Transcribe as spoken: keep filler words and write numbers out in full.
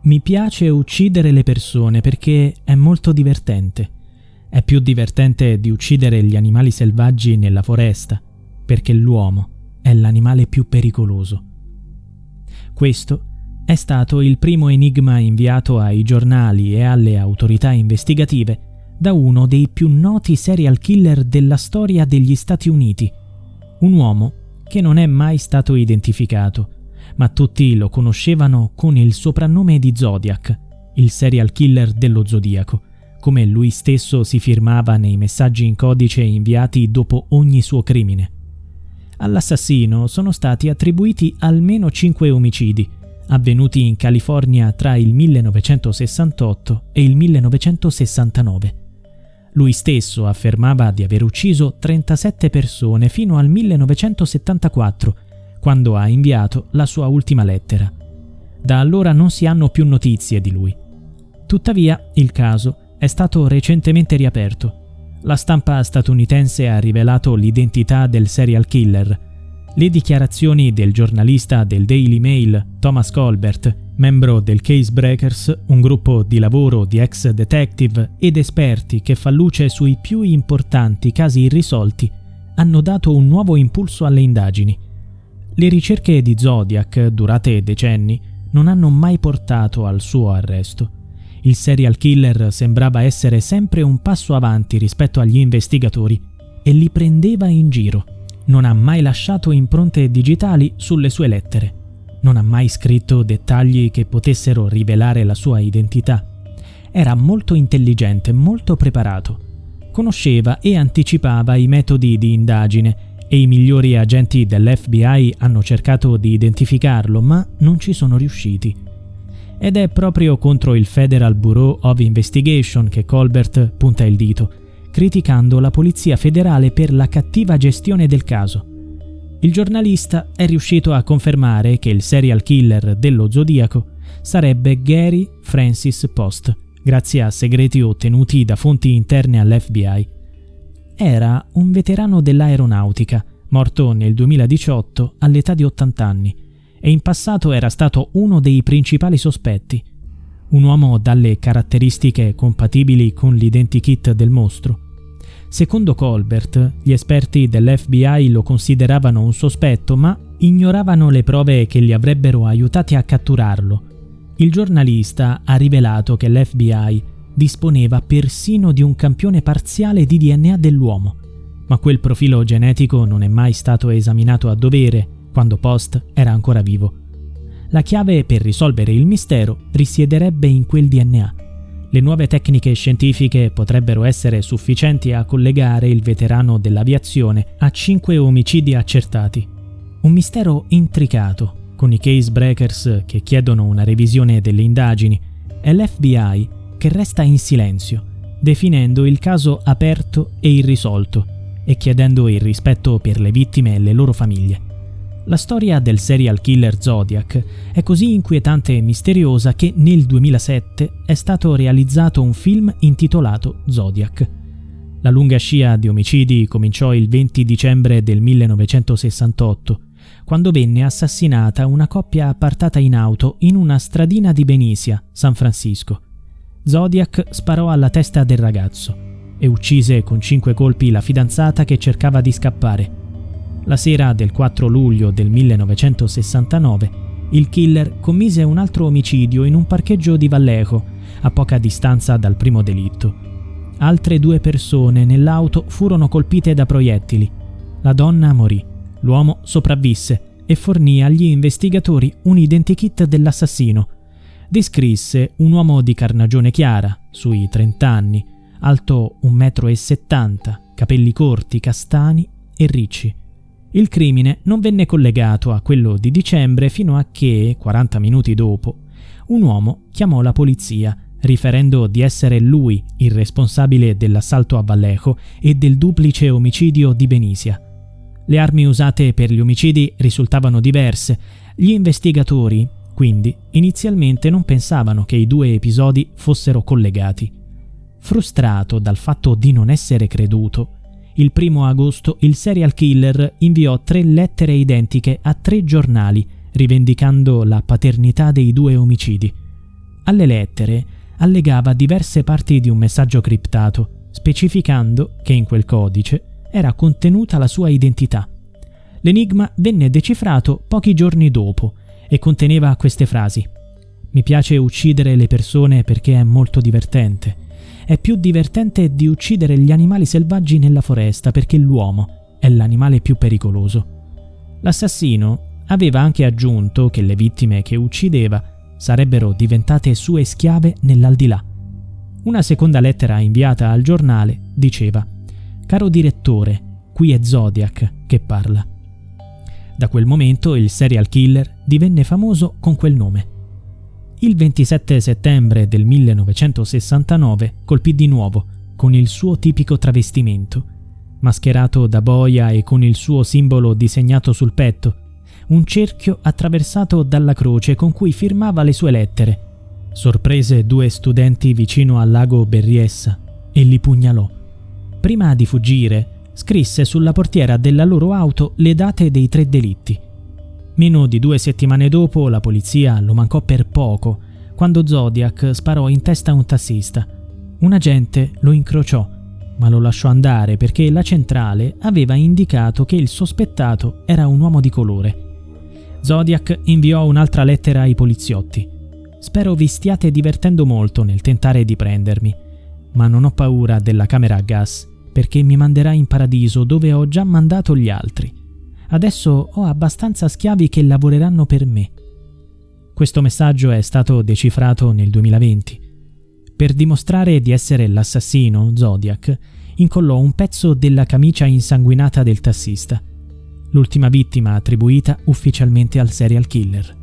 Mi piace uccidere le persone perché è molto divertente. È più divertente di uccidere gli animali selvaggi nella foresta, perché l'uomo è l'animale più pericoloso. Questo è stato il primo enigma inviato ai giornali e alle autorità investigative da uno dei più noti serial killer della storia degli Stati Uniti, un uomo che non è mai stato identificato, ma tutti lo conoscevano con il soprannome di Zodiac, il serial killer dello zodiaco, come lui stesso si firmava nei messaggi in codice inviati dopo ogni suo crimine. All'assassino sono stati attribuiti almeno cinque omicidi, avvenuti in California tra il millenovecentosessantotto e il millenovecentosessantanove. Lui stesso affermava di aver ucciso trentasette persone fino al millenovecentosettantaquattro, quando ha inviato la sua ultima lettera. Da allora non si hanno più notizie di lui. Tuttavia, il caso è stato recentemente riaperto. La stampa statunitense ha rivelato l'identità del serial killer. Le dichiarazioni del giornalista del Daily Mail, Thomas Colbert, membro del Case Breakers, un gruppo di lavoro di ex detective ed esperti che fa luce sui più importanti casi irrisolti, hanno dato un nuovo impulso alle indagini. Le ricerche di Zodiac, durate decenni, non hanno mai portato al suo arresto. Il serial killer sembrava essere sempre un passo avanti rispetto agli investigatori e li prendeva in giro. Non ha mai lasciato impronte digitali sulle sue lettere. Non ha mai scritto dettagli che potessero rivelare la sua identità. Era molto intelligente, molto preparato. Conosceva e anticipava i metodi di indagine e i migliori agenti dell'F B I hanno cercato di identificarlo, ma non ci sono riusciti. Ed è proprio contro il Federal Bureau of Investigation che Colbert punta il dito, criticando la Polizia Federale per la cattiva gestione del caso. Il giornalista è riuscito a confermare che il serial killer dello zodiaco sarebbe Gary Francis Post, grazie a segreti ottenuti da fonti interne all'F B I. Era un veterano dell'aeronautica, morto nel duemiladiciotto all'età di ottanta anni, e in passato era stato uno dei principali sospetti. Un uomo dalle caratteristiche compatibili con l'identikit del mostro. Secondo Colbert, gli esperti dell'F B I lo consideravano un sospetto, ma ignoravano le prove che li avrebbero aiutati a catturarlo. Il giornalista ha rivelato che l'F B I disponeva persino di un campione parziale di D N A dell'uomo, ma quel profilo genetico non è mai stato esaminato a dovere quando Post era ancora vivo. La chiave per risolvere il mistero risiederebbe in quel D N A. Le nuove tecniche scientifiche potrebbero essere sufficienti a collegare il veterano dell'aviazione a cinque omicidi accertati. Un mistero intricato, con i case breakers che chiedono una revisione delle indagini e l'F B I che resta in silenzio, definendo il caso aperto e irrisolto e chiedendo il rispetto per le vittime e le loro famiglie. La storia del serial killer Zodiac è così inquietante e misteriosa che nel duemilasette è stato realizzato un film intitolato Zodiac. La lunga scia di omicidi cominciò il venti dicembre del millenovecentosessantotto, quando venne assassinata una coppia appartata in auto in una stradina di Benicia, San Francisco. Zodiac sparò alla testa del ragazzo e uccise con cinque colpi la fidanzata che cercava di scappare. La sera del quattro luglio del millenovecentosessantanove, il killer commise un altro omicidio in un parcheggio di Vallejo, a poca distanza dal primo delitto. Altre due persone nell'auto furono colpite da proiettili. La donna morì, l'uomo sopravvisse e fornì agli investigatori un identikit dell'assassino. Descrisse un uomo di carnagione chiara, sui trenta anni, alto un metro e settanta, capelli corti, castani e ricci. Il crimine non venne collegato a quello di dicembre fino a che, quaranta minuti dopo, un uomo chiamò la polizia, riferendo di essere lui il responsabile dell'assalto a Vallejo e del duplice omicidio di Benicia. Le armi usate per gli omicidi risultavano diverse. Gli investigatori, quindi, inizialmente non pensavano che i due episodi fossero collegati. Frustrato dal fatto di non essere creduto, il primo agosto il serial killer inviò tre lettere identiche a tre giornali, rivendicando la paternità dei due omicidi. Alle lettere allegava diverse parti di un messaggio criptato, specificando che in quel codice era contenuta la sua identità. L'enigma venne decifrato pochi giorni dopo e conteneva queste frasi: «Mi piace uccidere le persone perché è molto divertente. È più divertente di uccidere gli animali selvaggi nella foresta perché l'uomo è l'animale più pericoloso». L'assassino aveva anche aggiunto che le vittime che uccideva sarebbero diventate sue schiave nell'aldilà. Una seconda lettera inviata al giornale diceva: «Caro direttore, qui è Zodiac che parla». Da quel momento il serial killer divenne famoso con quel nome. Il ventisette settembre del millenovecentosessantanove colpì di nuovo, con il suo tipico travestimento, mascherato da boia e con il suo simbolo disegnato sul petto, un cerchio attraversato dalla croce con cui firmava le sue lettere. Sorprese due studenti vicino al lago Berriessa e li pugnalò. Prima di fuggire, scrisse sulla portiera della loro auto le date dei tre delitti. Meno di due settimane dopo la polizia lo mancò per poco, quando Zodiac sparò in testa a un tassista. Un agente lo incrociò, ma lo lasciò andare perché la centrale aveva indicato che il sospettato era un uomo di colore. Zodiac inviò un'altra lettera ai poliziotti. «Spero vi stiate divertendo molto nel tentare di prendermi, ma non ho paura della camera a gas, perché mi manderà in paradiso dove ho già mandato gli altri. Adesso ho abbastanza schiavi che lavoreranno per me». Questo messaggio è stato decifrato nel duemilaventi. Per dimostrare di essere l'assassino, Zodiac incollò un pezzo della camicia insanguinata del tassista, l'ultima vittima attribuita ufficialmente al serial killer.